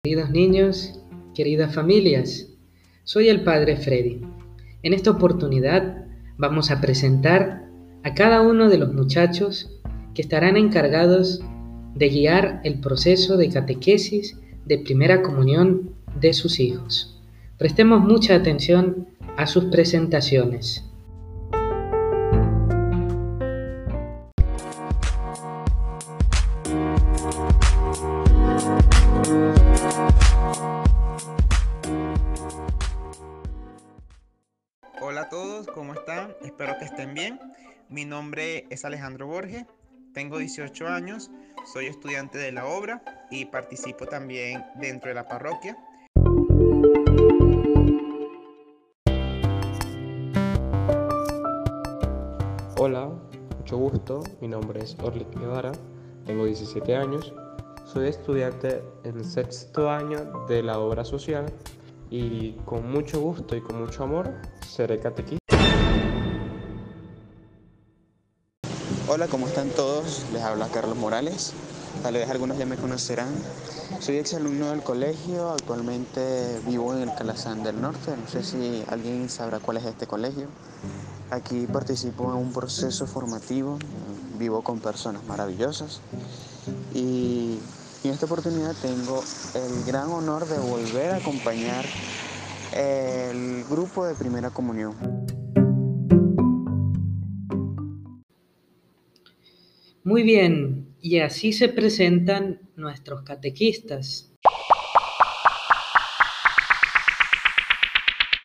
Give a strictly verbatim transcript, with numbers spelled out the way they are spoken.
Queridos niños, queridas familias, soy el Padre Freddy. En esta oportunidad vamos a presentar a cada uno de los muchachos que estarán encargados de guiar el proceso de catequesis de primera comunión de sus hijos. Prestemos mucha atención a sus presentaciones. Hola a todos, ¿cómo están? Espero que estén bien. Mi nombre es Alejandro Borges, tengo dieciocho años, soy estudiante de la obra y participo también dentro de la parroquia. Hola, mucho gusto, mi nombre es Orly Guevara, tengo diecisiete años, soy estudiante en sexto año de la obra social y con mucho gusto y con mucho amor seré catequista. Hola, ¿cómo están todos? Les habla Carlos Morales. Tal vez algunos ya me conocerán. Soy exalumno del colegio, actualmente vivo en el Calazán del Norte. No sé si alguien sabrá cuál es este colegio. Aquí participo en un proceso formativo, vivo con personas maravillosas y en esta oportunidad tengo el gran honor de volver a acompañar el grupo de primera comunión. Muy bien, y así se presentan nuestros catequistas.